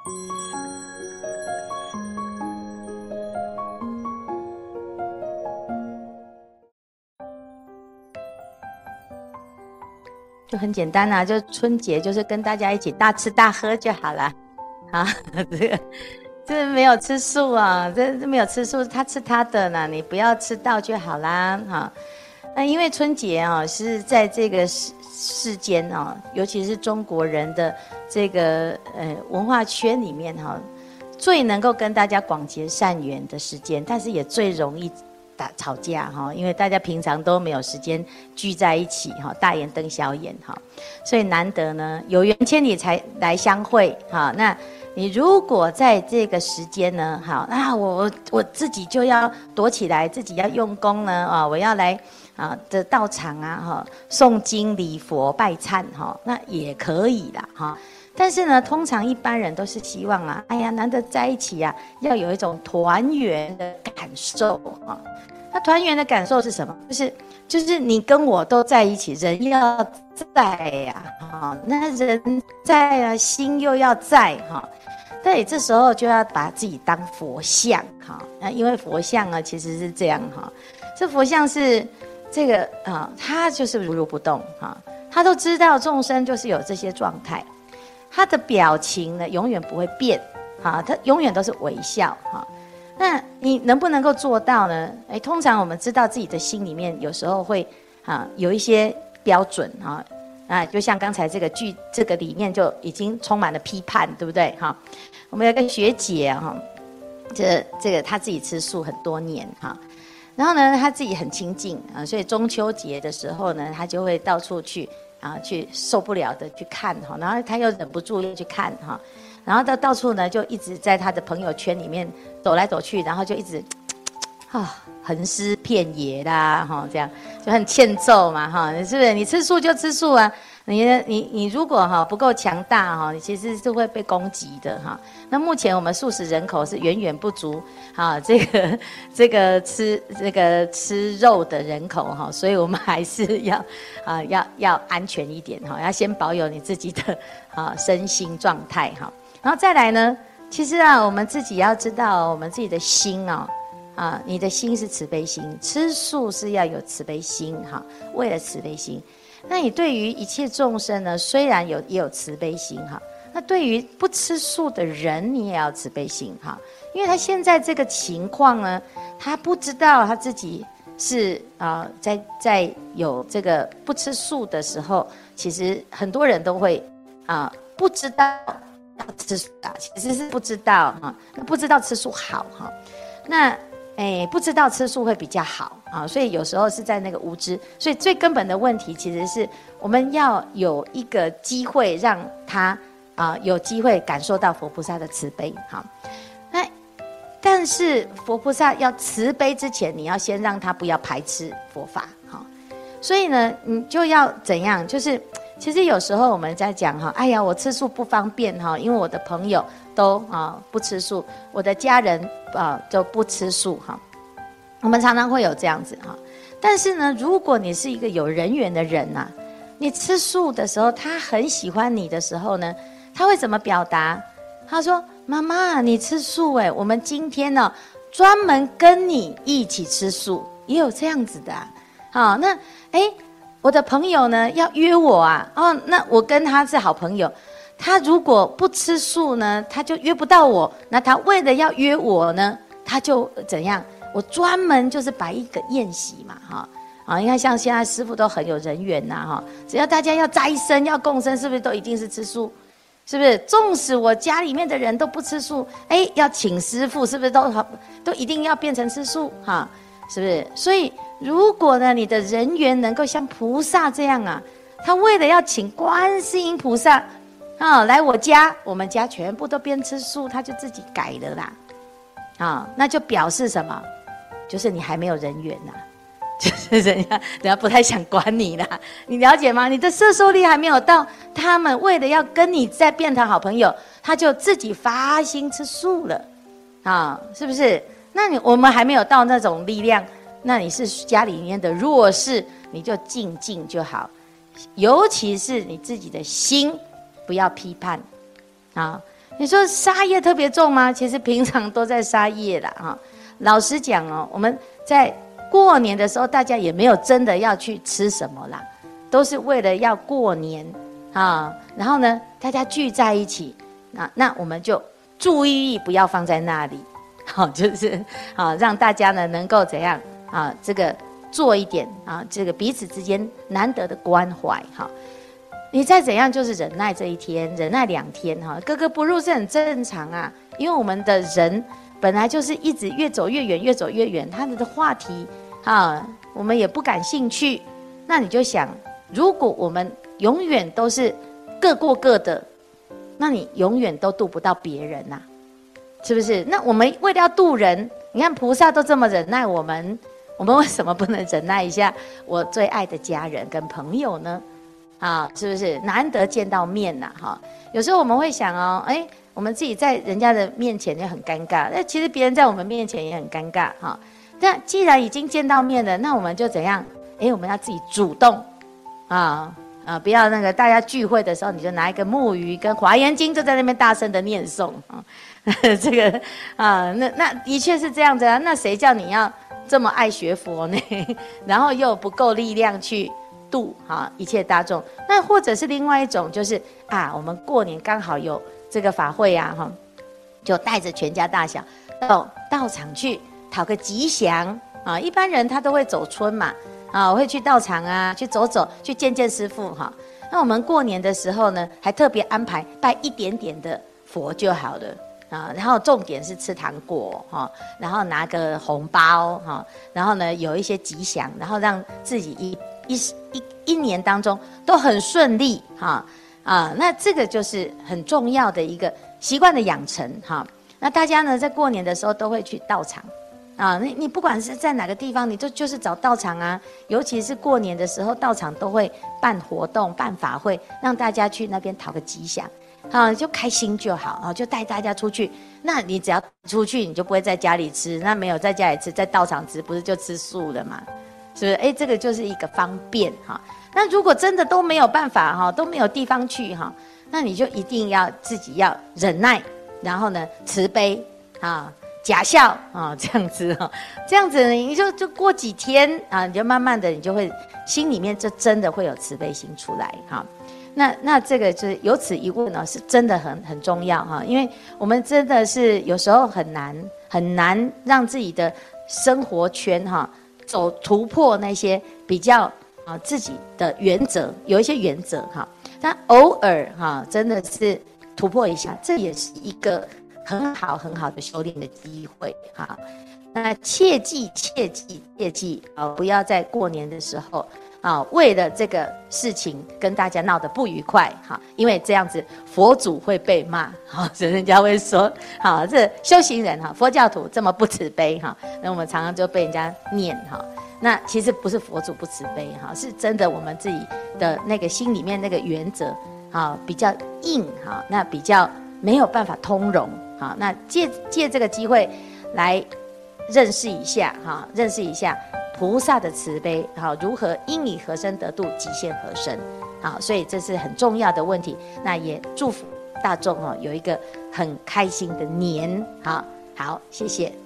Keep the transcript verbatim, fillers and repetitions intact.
就很简单啊，就春节就是跟大家一起大吃大喝就好了啊。这个这没有吃素啊，这没有吃素，他吃他的呢，你不要吃到就好啦哈。那因为春节啊是在这个世世间啊，尤其是中国人的这个呃文化圈里面哈，最能够跟大家广结善缘的时间，但是也最容易打吵架哈，因为大家平常都没有时间聚在一起哈，大眼瞪小眼哈，所以难得呢有缘千里才来相会哈。那你如果在这个时间呢，好啊，我我自己就要躲起来，自己要用功呢啊，我要来啊的道场啊哈，诵经礼佛拜忏哈，那也可以啦哈。但是呢，通常一般人都是希望啊，哎呀，难得在一起啊，要有一种团圆的感受啊。那团圆的感受是什么？就是就是你跟我都在一起，人要在呀、啊，哈，那人在啊，心又要在哈。对，这时候就要把自己当佛像哈。那因为佛像啊，其实是这样哈，这佛像是这个啊，他就是如如不动哈，他都知道众生就是有这些状态。他的表情呢，永远不会变，哈，他永远都是微笑，哈。那你能不能够做到呢？哎，通常我们知道自己的心里面有时候会，啊，有一些标准，哈，啊，就像刚才这个句，这个里面就已经充满了批判，对不对？哈，我们有个学姐哈，这这个她自己吃素很多年，哈。然后呢，她自己很清净啊，所以中秋节的时候呢，她就会到处去。啊，去受不了的去看哈，然后他又忍不住要去看哈，然后到到处呢就一直在他的朋友圈里面走来走去，然后就一直啊横尸遍野啦哈，这样就很欠揍嘛哈，你是不是？你吃素就吃素啊，你你你如果哈不够强大哈，你其实是会被攻击的哈。那目前我们素食人口是远远不足啊，这个这个吃这个吃肉的人口哈，所以我们还是要啊要要安全一点哈，要先保有你自己的啊身心状态哈，然后再来呢，其实啊我们自己要知道我们自己的心啊。啊，你的心是慈悲心，吃素是要有慈悲心哈，为了慈悲心，那你对于一切众生呢，虽然有也有慈悲心哈，那对于不吃素的人，你也要慈悲心哈，因为他现在这个情况呢，他不知道他自己是啊、呃，在在有这个不吃素的时候，其实很多人都会啊、呃、不知道要吃素啊，其实是不知道哈，不知道吃素好哈，那。哎，不知道吃素会比较好啊，所以有时候是在那个无知，所以最根本的问题其实是我们要有一个机会让他啊有机会感受到佛菩萨的慈悲哈。那但是佛菩萨要慈悲之前，你要先让他不要排斥佛法哈。所以呢，你就要怎样？就是其实有时候我们在讲哈，哎呀，我吃素不方便哈，因为我的朋友。都啊不吃素，我的家人啊都不吃素哈。我们常常会有这样子哈。但是呢，如果你是一个有人缘的人呐、啊，你吃素的时候，他很喜欢你的时候呢，他会怎么表达？他说：“妈妈，你吃素哎，我们今天呢、哦、专门跟你一起吃素。”也有这样子的啊。好，那哎，我的朋友呢要约我啊，哦，那我跟他是好朋友。他如果不吃素呢，他就约不到我。那他为了要约我呢，他就怎样？我专门就是摆一个宴席嘛，哈啊！你看，像现在师父都很有人缘呐，哈。只要大家要斋生、要共生，是不是都一定是吃素？是不是？纵使我家里面的人都不吃素，哎，要请师父，是不是都好都一定要变成吃素？哈，是不是？所以，如果呢，你的人缘能够像菩萨这样啊，他为了要请观世音菩萨。啊，来我家，我们家全部都变吃素，他就自己改了啦。啊，那就表示什么？就是你还没有人缘呐、啊，就是人家人家不太想管你啦。你了解吗？你的摄受力还没有到，他们为了要跟你再变成好朋友，他就自己发心吃素了。啊，是不是？那你我们还没有到那种力量，那你是家里面的弱势，你就静静就好。尤其是你自己的心。不要批判，啊， 你说杀业特别重吗？其实平常都在杀业啦哈。老实讲哦，我们在过年的时候，大家也没有真的要去吃什么啦，都是为了要过年啊。然后呢，大家聚在一起，那那我们就注意力不要放在那里，好，就是啊，让大家呢能够怎样啊，这个做一点啊，这个彼此之间难得的关怀哈。你再怎样就是忍耐这一天，忍耐两天哈，格格不入是很正常啊，因为我们的人本来就是一直越走越远，越走越远，他们的话题啊，我们也不感兴趣。那你就想，如果我们永远都是各过各的，那你永远都渡不到别人呐、啊，是不是？那我们为了要渡人，你看菩萨都这么忍耐我们，我们为什么不能忍耐一下我最爱的家人跟朋友呢？啊，是不是难得见到面呐、啊？哈，有时候我们会想哦，哎，我们自己在人家的面前也很尴尬，那其实别人在我们面前也很尴尬哈。但既然已经见到面了，那我们就怎样？哎，我们要自己主动啊啊，不要那个大家聚会的时候，你就拿一个木鱼跟华严经就在那边大声的念诵啊，这个啊，那那的确是这样子啊。那谁叫你要这么爱学佛呢？然后又不够力量去度哈一切大众，那或者是另外一种，就是啊，我们过年刚好有这个法会啊，哈，就带着全家大小到道场去讨个吉祥啊。一般人他都会走春嘛，啊，我会去道场啊，去走走，去见见师父哈。那我们过年的时候呢，还特别安排拜一点点的佛就好了啊。然后重点是吃糖果哈，然后拿个红包哈，然后呢有一些吉祥，然后让自己一一一一年当中都很顺利哈啊，那这个就是很重要的一个习惯的养成哈。那大家呢在过年的时候都会去道场啊，你你不管是在哪个地方，你就就是找道场啊，尤其是过年的时候，道场都会办活动、办法会，让大家去那边讨个吉祥啊，就开心就好啊，就带大家出去。那你只要出去，你就不会在家里吃，那没有在家里吃，在道场吃，不是就吃素了吗？是不是？哎，这个就是一个方便哈。那如果真的都没有办法哈，都没有地方去哈，那你就一定要自己要忍耐，然后呢慈悲啊，假笑啊，这样子哈，这样子你就就过几天啊，你就慢慢的你就会心里面就真的会有慈悲心出来哈。那那这个就是有此一问呢，是真的很很重要哈，因为我们真的是有时候很难很难让自己的生活圈哈。走突破那些比较啊自己的原则，有一些原则哈，但偶尔哈真的是突破一下，这也是一个很好很好的修炼的机会哈。那切记切记切记啊，不要在过年的时候啊，为了这个事情跟大家闹得不愉快哈，因为这样子佛祖会被骂哈，所以人家会说好，这修行人哈，佛教徒这么不慈悲哈，那我们常常就被人家念哈。那其实不是佛祖不慈悲哈，是真的我们自己的那个心里面那个原则啊比较硬哈，那比较没有办法通融哈。那借借这个机会来认识一下哈，认识一下菩萨的慈悲，好，如何因以何身得度，极限何身，好，所以这是很重要的问题。那也祝福大众哦，有一个很开心的年，好好，谢谢。